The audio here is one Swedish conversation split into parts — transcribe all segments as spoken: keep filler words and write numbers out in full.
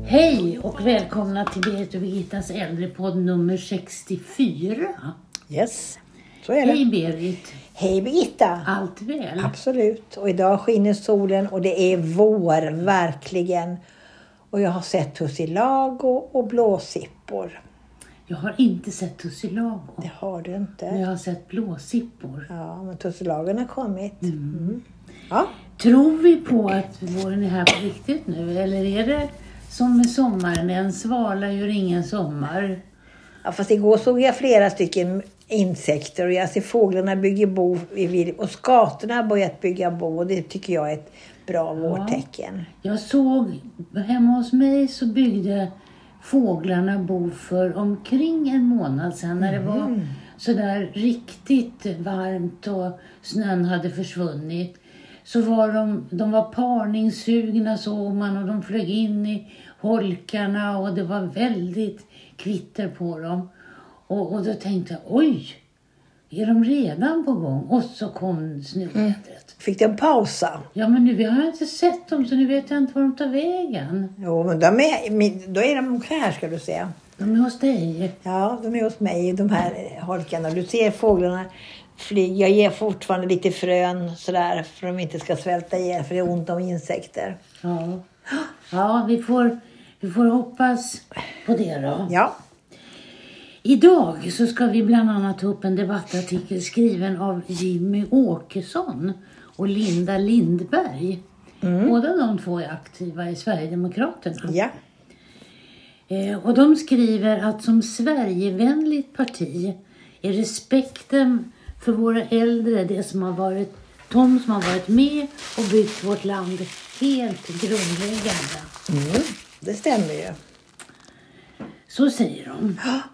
Hej och välkomna till Berit och Birgittas äldrepodd nummer sextiofyra. Yes, så är det. Hej Berit. Hej Birgitta. Allt väl? Absolut. Och idag skiner solen och det är vår, verkligen. Och jag har sett tussilago och blåsippor. Jag har inte sett tussilago. Det har du inte. Men jag har sett blåsippor. Ja, men tussilagen har kommit. Mm. Mm. Ja. Tror vi på att våren är här på riktigt nu? Eller är det som med sommaren? En svala gör ingen sommar. Ja, fast igår såg jag flera stycken insekter. Och jag ser fåglarna bygger bo. Och skatorna har börjat bygga bo. Och det tycker jag är ett bra ja. vårtecken. Jag såg hemma hos mig så byggde fåglarna bo för omkring en månad sedan. När det var mm. sådär riktigt varmt och snön hade försvunnit. Så var de, de var parningssugna såg man och de flög in i holkarna och det var väldigt kvitter på dem. Och, och då tänkte jag, oj, är de redan på gång? Och så kom snövädret. Mm. Fick de pausa? Ja, men nu har jag inte sett dem så nu vet jag inte var de tar vägen. Jo, men de är, då är de här ska du se. De är hos dig? Ja, de är hos mig, de här holkarna. Du ser fåglarna flyga. Jag ger fortfarande lite frön sådär för att de inte ska svälta ihjäl för det är ont om insekter. Ja, ja vi, får, vi får hoppas på det då. Ja. Idag så ska vi bland annat ta upp en debattartikel skriven av Jimmy Åkesson och Linda Lindberg. Mm. Båda de två är aktiva i Sverigedemokraterna. Ja. Eh, och de skriver att som Sverigevänligt parti är respekten för våra äldre, det som har varit, de som har varit med och byggt vårt land, helt grundläggande. Mm, det stämmer ju. Så säger de.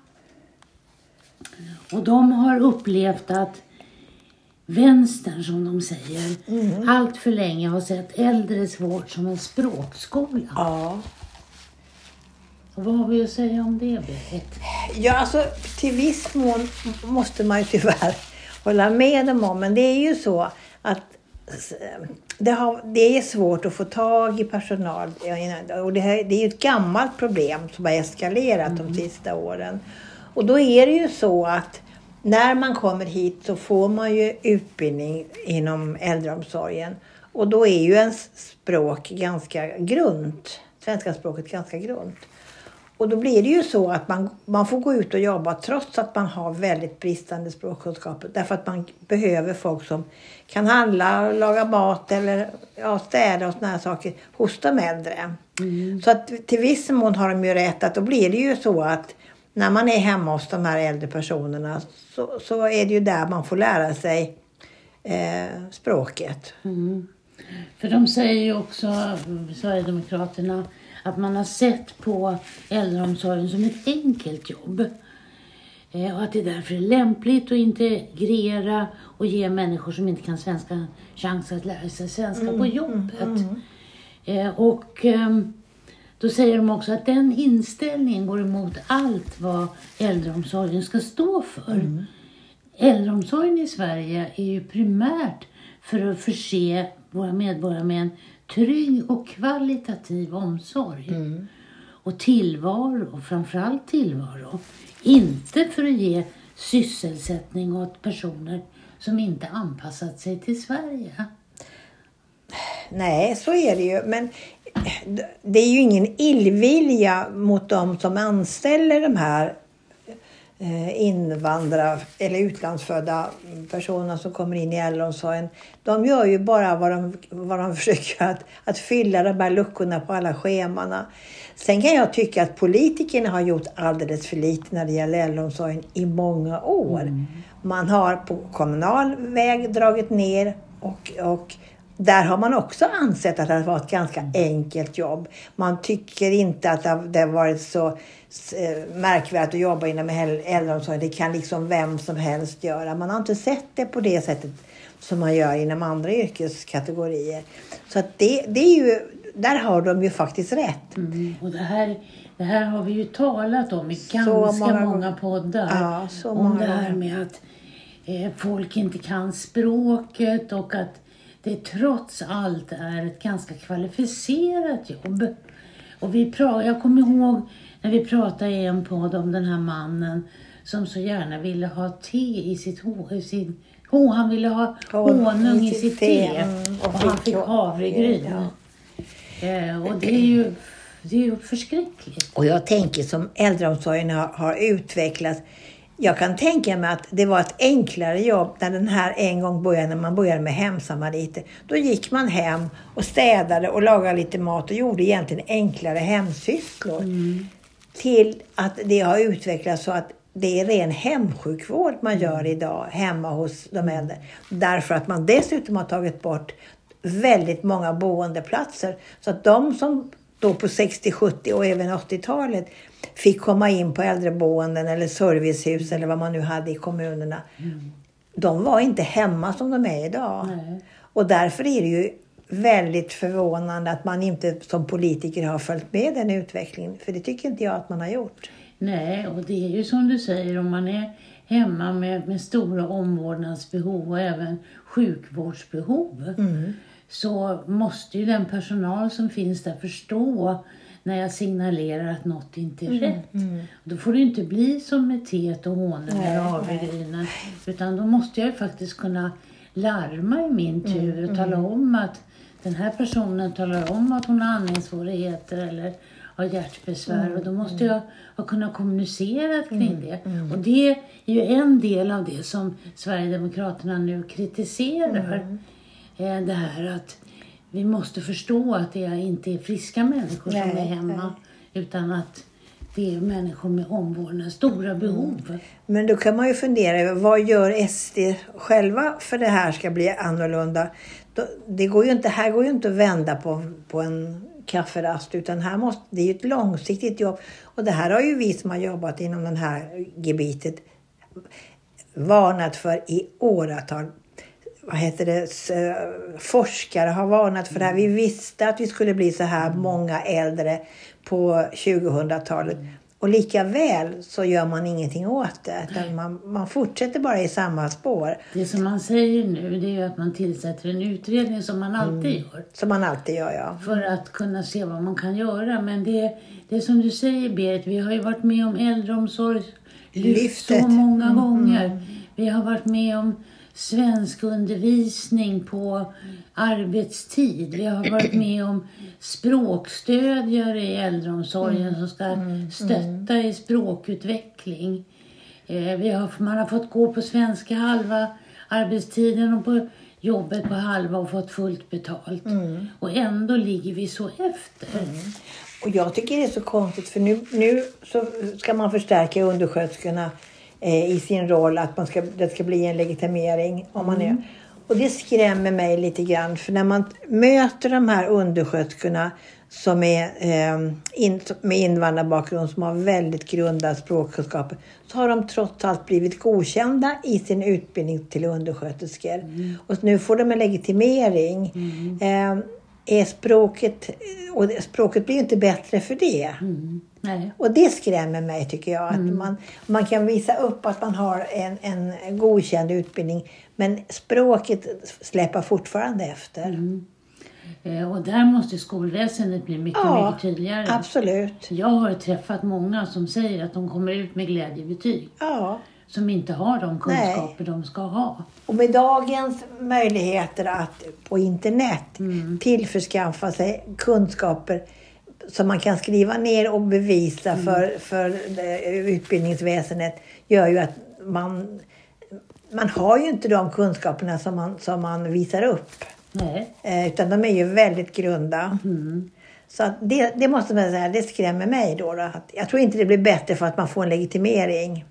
Och de har upplevt att vänstern, som de säger, mm. allt för länge har sett äldres vård som en språkskola. Ja. Och vad har vi att säga om det, Berit? Ja, alltså till viss mån måste man ju tyvärr hålla med dem om. Men det är ju så att det, har, det är svårt att få tag i personal. Och det, här, det är ju ett gammalt problem som har eskalerat mm. de sista åren. Och då är det ju så att när man kommer hit så får man ju utbildning inom äldreomsorgen. Och då är ju ens språk ganska grunt. Svenska språket ganska grunt. Och då blir det ju så att man, man får gå ut och jobba trots att man har väldigt bristande språkkunskaper. Därför att man behöver folk som kan handla, laga mat eller ja, städa och såna här saker hos de äldre. Mm. Så att till viss mån har de ju rätt att då blir det ju så att när man är hemma hos de här äldre personerna så, så är det ju där man får lära sig eh, språket. Mm. För de säger ju också, Sverigedemokraterna, att man har sett på äldreomsorgen som ett enkelt jobb. Eh, och att det därför är lämpligt att integrera och ge människor som inte kan svenska chans att lära sig svenska mm, på jobbet. Mm, mm. Eh, och eh, då säger de också att den inställningen går emot allt vad äldreomsorgen ska stå för. Mm. Äldreomsorgen i Sverige är ju primärt för att förse våra medborgare med en trygg och kvalitativ omsorg. Mm. Och tillvaro, framförallt tillvaro. Inte för att ge sysselsättning åt personer som inte anpassat sig till Sverige. Nej, så är det ju. Men det är ju ingen illvilja mot dem som anställer de här invandrare eller utlandsfödda personer som kommer in i äldreomsorgen. De gör ju bara vad de, vad de försöker att, att fylla de här luckorna på alla schemana. Sen kan jag tycka att politikerna har gjort alldeles för lite när det gäller äldreomsorgen i många år. Mm. Man har på kommunal väg dragit ner och, och där har man också ansett att det var ett ganska enkelt jobb. Man tycker inte att det har varit så märkvärdigt att jobba inom äldreomsorgen. Det kan liksom vem som helst göra. Man har inte sett det på det sättet som man gör inom andra yrkeskategorier. Så att det, det är ju, där har de ju faktiskt rätt. Mm, och det här, det här har vi ju talat om i ganska många, många poddar. Ja, så om många det här med att eh, folk inte kan språket och att det trots allt är ett ganska kvalificerat jobb. Och vi pra- jag kommer ihåg när vi pratade i en podd om den här mannen som så gärna ville ha te i sitt hår. I sin, oh, han ville ha honung i sitt te. Mm, och, och han fick havregryn. Ja. Eh, och det är ju, det är ju förskräckligt. Och jag tänker som äldreomsorgen har, har utvecklats. Jag kan tänka mig att det var ett enklare jobb när den här en gång började, när man började med hemsamariter. Då gick man hem och städade och lagade lite mat och gjorde egentligen enklare hemsysslor. Mm. Till att det har utvecklats så att det är ren hemsjukvård man gör idag hemma hos de äldre. Därför att man dessutom har tagit bort väldigt många boendeplatser. Så att de som då på sextio, sjuttio och även åttiotalet fick komma in på äldreboenden eller servicehus eller vad man nu hade i kommunerna. Mm. De var inte hemma som de är idag. Nej. Och därför är det ju väldigt förvånande att man inte som politiker har följt med den utvecklingen. För det tycker inte jag att man har gjort. Nej, och det är ju som du säger, om man är hemma med, med stora omvårdnadsbehov och även sjukvårdsbehov. Mm. Så måste ju den personal som finns där förstå när jag signalerar att något inte är mm, rätt. Mm. Då får det inte bli som med teet och honung eller havregrynen. Utan då måste jag ju faktiskt kunna larma i min tur mm, och tala mm. om att den här personen talar om att hon har andningssvårigheter eller har hjärtbesvär. Mm, och då måste mm. jag ha kunnat kommunicera kring mm, det. Mm. Och det är ju en del av det som Sverigedemokraterna nu kritiserar. Mm. Det här att vi måste förstå att det inte är friska människor nej, som är hemma. Nej. Utan att det är människor med omvårdnad, stora behov. Mm. Men då kan man ju fundera över vad gör S D själva för det här ska bli annorlunda. Det går ju inte, här går ju inte att vända på, på en kafferast. Utan här måste, det är ju ett långsiktigt jobb. Och det här har ju vi som har jobbat inom den här gebitet varnat för i åratal. Vad heter det, forskare har varnat för det här. Vi visste att vi skulle bli så här många äldre på tjugohundratalet. Och lika väl så gör man ingenting åt det. Utan man, man fortsätter bara i samma spår. Det som man säger nu, det är ju att man tillsätter en utredning som man alltid mm. gör. Som man alltid gör, ja. För att kunna se vad man kan göra. Men det, det är som du säger, Berit, vi har ju varit med om äldreomsorg lyft så många mm. gånger. Vi har varit med om svensk undervisning på arbetstid. Vi har varit med om språkstödjare i äldreomsorgen mm. som ska mm. stötta mm. i språkutveckling. Eh, vi har, man har fått gå på svenska halva arbetstiden och på jobbet på halva och fått fullt betalt. Mm. Och ändå ligger vi så efter. Mm. Och jag tycker det är så konstigt för nu, nu så ska man förstärka undersköterskorna i sin roll att man ska, det ska bli en legitimering om man är. Mm. Och det skrämmer mig lite grann för när man möter de här undersköterskorna som är eh, in, med invandrarbakgrund som har väldigt grunda språkkunskaper så har de trots allt blivit godkända i sin utbildning till undersköterskor. Mm. Och nu får de en legitimering. Mm. Eh, är språket, och språket blir ju inte bättre för det. Mm. Nej. Och det skrämmer mig tycker jag. Att mm. man, man kan visa upp att man har en, en godkänd utbildning. Men språket släpper fortfarande efter. Mm. Eh, och där måste skolväsendet bli mycket, ja, mycket tydligare. Absolut. Jag har träffat många som säger att de kommer ut med glädjebetyg. Ja. Som inte har de kunskaper Nej. de ska ha. Och med dagens möjligheter att på internet mm. tillförskaffa sig kunskaper som man kan skriva ner och bevisa mm. för, för utbildningsväsendet gör ju att man, man har ju inte de kunskaperna som man, som man visar upp. Nej. Eh, utan de är ju väldigt grunda. Mm. Så att det, det måste man säga, det skrämmer mig då. då att jag tror inte det blir bättre för att man får en legitimering.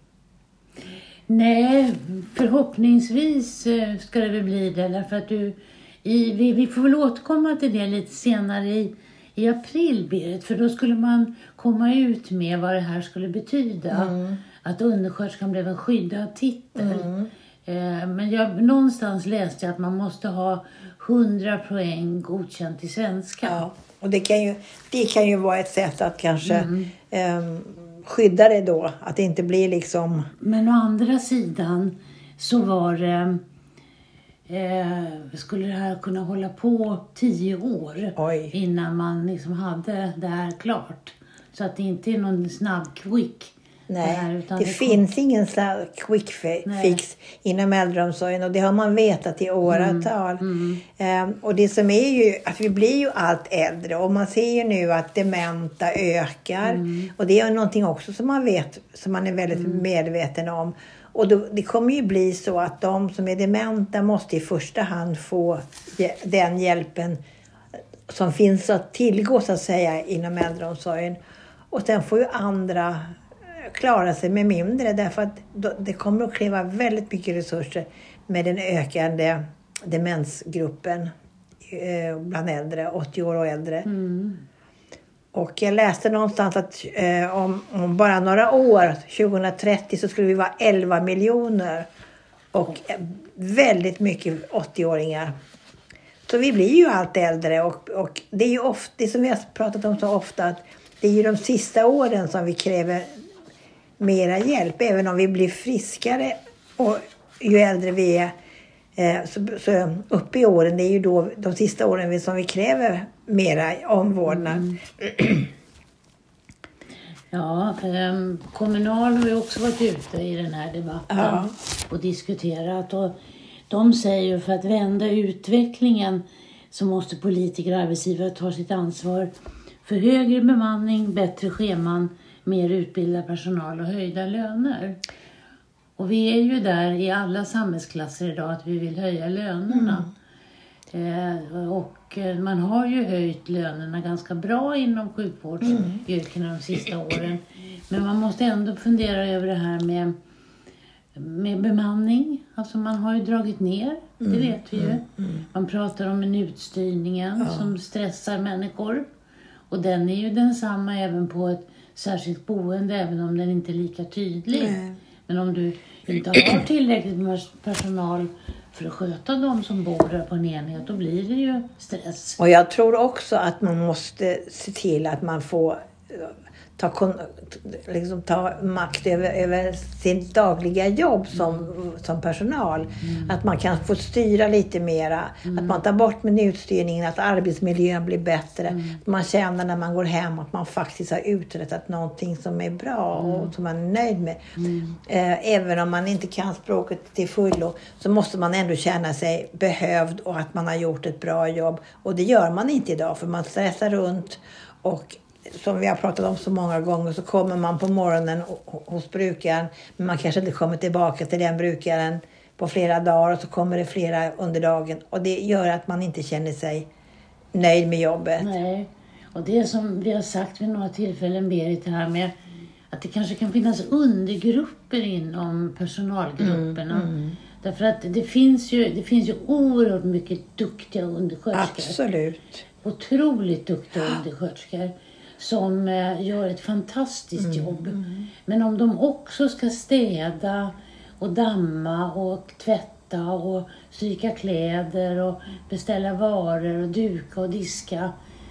Nej, förhoppningsvis ska det väl bli det. Därför att du, i, vi, vi får väl återkomma till det lite senare i, i april, Berit. För då skulle man komma ut med vad det här skulle betyda. Mm. Att undersköterskan blev en skyddad titel. Mm. Eh, men jag, någonstans läste jag att man måste ha hundra poäng godkänt i svenska. Ja, och det kan ju, det kan ju vara ett sätt att kanske... Mm. Eh, skydda det då, att det inte blir liksom... Men å andra sidan så var det eh, skulle det här kunna hålla på tio år Oj. innan man liksom hade det här klart. Så att det inte är någon snabb quick. Nej, det, här, utan det, det finns kom... ingen snabb quick fix Nej. inom äldreomsorgen, och det har man vetat i åratal. Mm. Mm. Um, och det som är ju att vi blir ju allt äldre, och man ser ju nu att dementa ökar. Mm. Och det är någonting också som man vet, som man är väldigt mm. medveten om. Och då, det kommer ju bli så att de som är dementa måste i första hand få den hjälpen som finns att tillgå, så att säga, inom äldreomsorgen. Och sen får ju andra klara sig med mindre, därför att det kommer att kräva väldigt mycket resurser med den ökande demensgruppen bland äldre, åttio år och äldre. Mm. Och jag läste någonstans att eh, om, om bara några år, tjugohundratrettio, så skulle vi vara elva miljoner och väldigt mycket åttio-åringar. Så vi blir ju allt äldre, och, och det är ju ofta, det som vi har pratat om så ofta, att det är ju de sista åren som vi kräver mera hjälp. Även om vi blir friskare och ju äldre vi är, eh, så, så upp i åren, det är ju då de sista åren som vi kräver mera omvårdnad. Mm. Ja, eh, Kommunal har ju också varit ute i den här debatten ja. och diskuterat, och de säger ju för att vända utvecklingen så måste politiker och arbetsgivare ta sitt ansvar för högre bemanning, bättre scheman, mer utbildad personal och höjda löner. Och vi är ju där i alla samhällsklasser idag att vi vill höja lönerna. Mm. Eh, och man har ju höjt lönerna ganska bra inom sjukvårdsyrkena mm. de sista åren. Men man måste ändå fundera över det här med, med bemanning. Alltså man har ju dragit ner, det mm. vet vi ju. Mm. Mm. Man pratar om en utstyrningen ja. som stressar människor. Och den är ju densamma även på ett särskilt boende, även om den inte är lika tydlig. Mm. Men om du inte har tillräckligt med personal för att sköta de som bor där på en enhet, då blir det ju stress. Och jag tror också att man måste se till att man får ta, liksom ta makt över, över sin dagliga jobb som, mm. som personal. Mm. Att man kan få styra lite mera. Mm. Att man tar bort minutstyrningen, att arbetsmiljön blir bättre. Mm. Att man känner när man går hem att man faktiskt har uträttat någonting som är bra mm. och som man är nöjd med. Mm. Även om man inte kan språket till fullo, så måste man ändå känna sig behövd och att man har gjort ett bra jobb. Och det gör man inte idag, för man stressar runt, och som vi har pratat om så många gånger, så kommer man på morgonen hos brukaren, men man kanske inte kommer tillbaka till den brukaren på flera dagar, och så kommer det flera under dagen, och det gör att man inte känner sig nöjd med jobbet. Nej, och det som vi har sagt vid några tillfällen, Berit, här med att det kanske kan finnas undergrupper inom personalgrupperna. Mm, mm. Därför att det finns ju, det finns ju oerhört mycket duktiga undersköterskor. Absolut. Otroligt duktiga undersköterskor som gör ett fantastiskt mm. jobb. Mm. Men om de också ska städa och damma och tvätta och stryka kläder och beställa varor och duka och diska,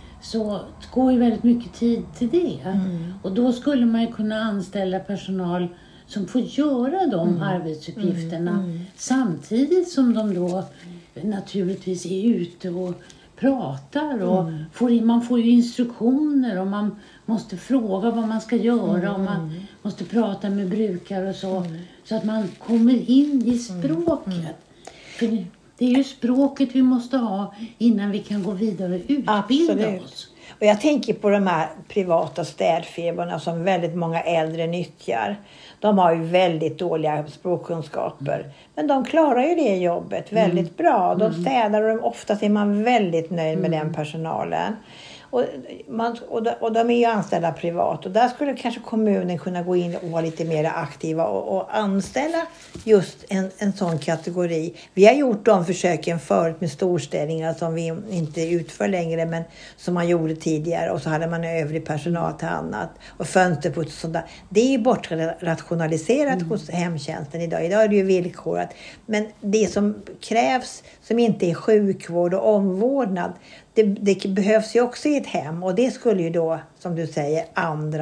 så går ju väldigt mycket tid till det. Mm. Och då skulle man ju kunna anställa personal som får göra de mm. arbetsuppgifterna mm. Mm. samtidigt som de då naturligtvis är ute och pratar, och mm. får in, man får ju instruktioner, och man måste fråga vad man ska göra mm. och man måste prata med brukare och så, mm. så att man kommer in i språket. Mm. För det är ju språket vi måste ha innan vi kan gå vidare och utbilda Absolut. oss. Och jag tänker på de här privata städfirmorna som väldigt många äldre nyttjar. De har ju väldigt dåliga språkkunskaper. Mm. Men de klarar ju det jobbet väldigt mm. bra. De städar, och de, oftast är man väldigt nöjd med mm. den personalen. Och, man, och, de, och de är ju anställda privat. Och där skulle kanske kommunen kunna gå in och vara lite mer aktiva och, och anställa just en, en sån kategori. Vi har gjort de försöken förut med storstädningar som vi inte utför längre, men som man gjorde tidigare. Och så hade man övrig personal till annat. Och fönsterputs och sånt där. Det är ju bortrationaliserat mm. hos hemtjänsten idag. Idag är det ju villkorat. Men det som krävs, som inte är sjukvård och omvårdnad, Det, det behövs ju också i ett hem, och det skulle ju då, som du säger, andra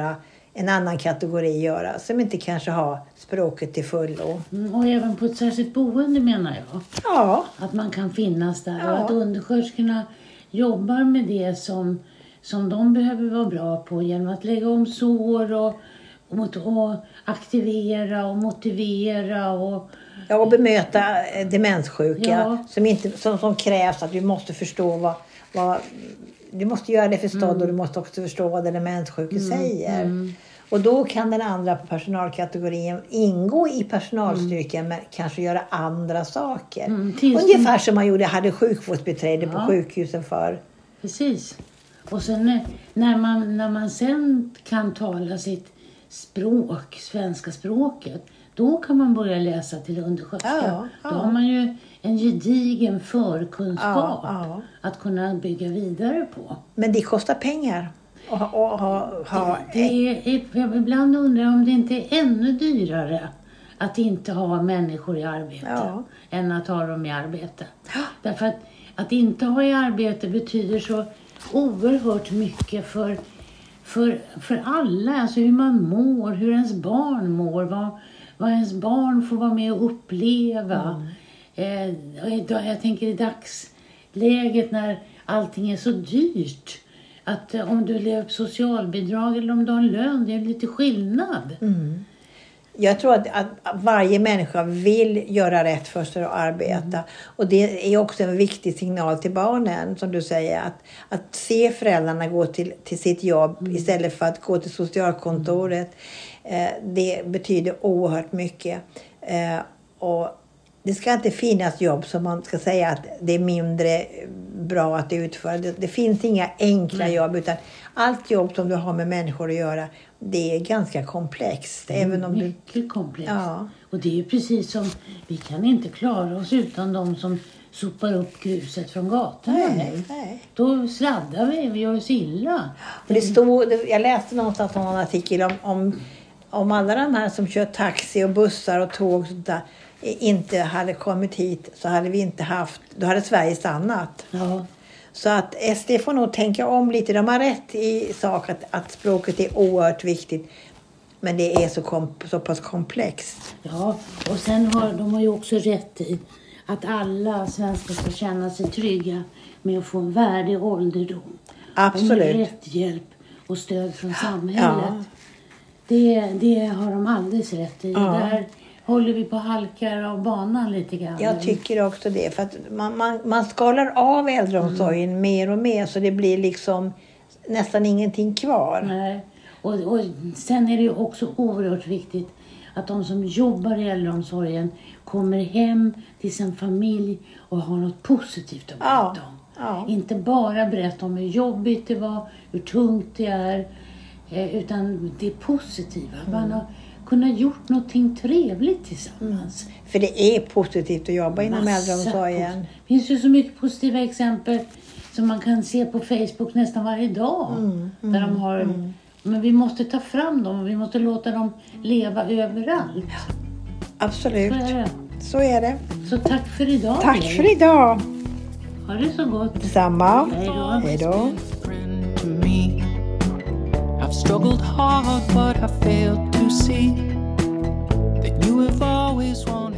en annan kategori göra. Som inte kanske har språket till fullo. Mm, och även på ett särskilt boende menar jag. Ja. Att man kan finnas där. Ja. Och att undersköterskorna jobbar med det som, som de behöver vara bra på. Genom att lägga om sår och, och, och aktivera och motivera och... Ja, och bemöta demenssjuka Ja. som, inte, som, som krävs att du måste förstå vad, vad du måste göra det förstådd mm. och du måste också förstå vad den demenssjuka mm. säger. Mm. Och då kan den andra personalkategorin ingå i personalstyrkan mm. men kanske göra andra saker. Mm. Ungefär som man gjorde, hade sjukvårdsbiträde ja. på sjukhusen för. Precis. Och sen när man, när man sen kan tala sitt språk, svenska språket, då kan man börja läsa till undersköterska. Ja, ja. Då har man ju en gedigen förkunskap ja, ja. att kunna bygga vidare på. Men det kostar pengar. Och, och, och, ha... det, det är, jag ibland undrar om det inte är ännu dyrare att inte ha människor i arbete ja. än att ha dem i arbete. Ja. Därför att, att inte ha i arbete betyder så oerhört mycket för, för, för alla. Alltså hur man mår, hur ens barn mår, vad, vad ens barn får vara med och uppleva. Mm. Eh, jag tänker i dagsläget när allting är så dyrt. Att eh, om du lever på socialbidrag eller om du har en lön, det är lite skillnad. Mm. Jag tror att, att varje människa vill göra rätt för sig och arbeta. Mm. Och det är också en viktig signal till barnen, som du säger. Att, att se föräldrarna gå till, till sitt jobb mm. istället för att gå till socialkontoret. Eh, det betyder oerhört mycket. Eh, och det ska inte finnas jobb som man ska säga att det är mindre bra att utföra. Det, det finns inga enkla mm. jobb, utan allt jobb som du har med människor att göra, det är ganska komplext. Det är även om mycket du... komplext. Ja. Och det är ju precis som, vi kan inte klara oss utan de som sopar upp gruset från gatan. Nej, nej. Då sladdar vi, vi gör oss illa. Det stod, jag läste någonstans någon artikel om, om, om alla de här som kör taxi och bussar och tåg och sånt där, inte hade kommit hit, så hade vi inte haft, då hade Sverige stannat. Ja. Så att S D får nog tänka om lite. De har rätt i sak att, att språket är oerhört viktigt. Men det är så, kom, så pass komplext. Ja, och sen har de har ju också rätt i att alla svenskar ska känna sig trygga med att få en värdig ålderdom. Absolut. Och med rätt hjälp och stöd från samhället. Ja. Det, det har de alldeles rätt i. Ja. Där håller vi på halkar av banan lite grann. Jag tycker också det. För att man, man, man skalar av äldreomsorgen mm. mer och mer. Så det blir liksom nästan ingenting kvar. Nej. Och, och sen är det ju också oerhört viktigt att de som jobbar i äldreomsorgen kommer hem till sin familj och har något positivt att berätta ja. om. Ja. Inte bara berätta om hur jobbigt det var, hur tungt det är. Utan det positiva. Mm. Man har kunnat gjort någonting trevligt tillsammans. Mm. För det är positivt att jobba inom äldreomsorgen. Det finns ju så mycket positiva exempel som man kan se på Facebook nästan varje dag. Mm. Mm. Där de har, mm. Men vi måste ta fram dem och vi måste låta dem leva överallt. Ja. Absolut. Så är det. Så är det. Så tack för idag. Tack för idag. Ha det så gott. Detsamma. Hej då. Hej då. I've struggled hard, but I failed to see that you have always wanted.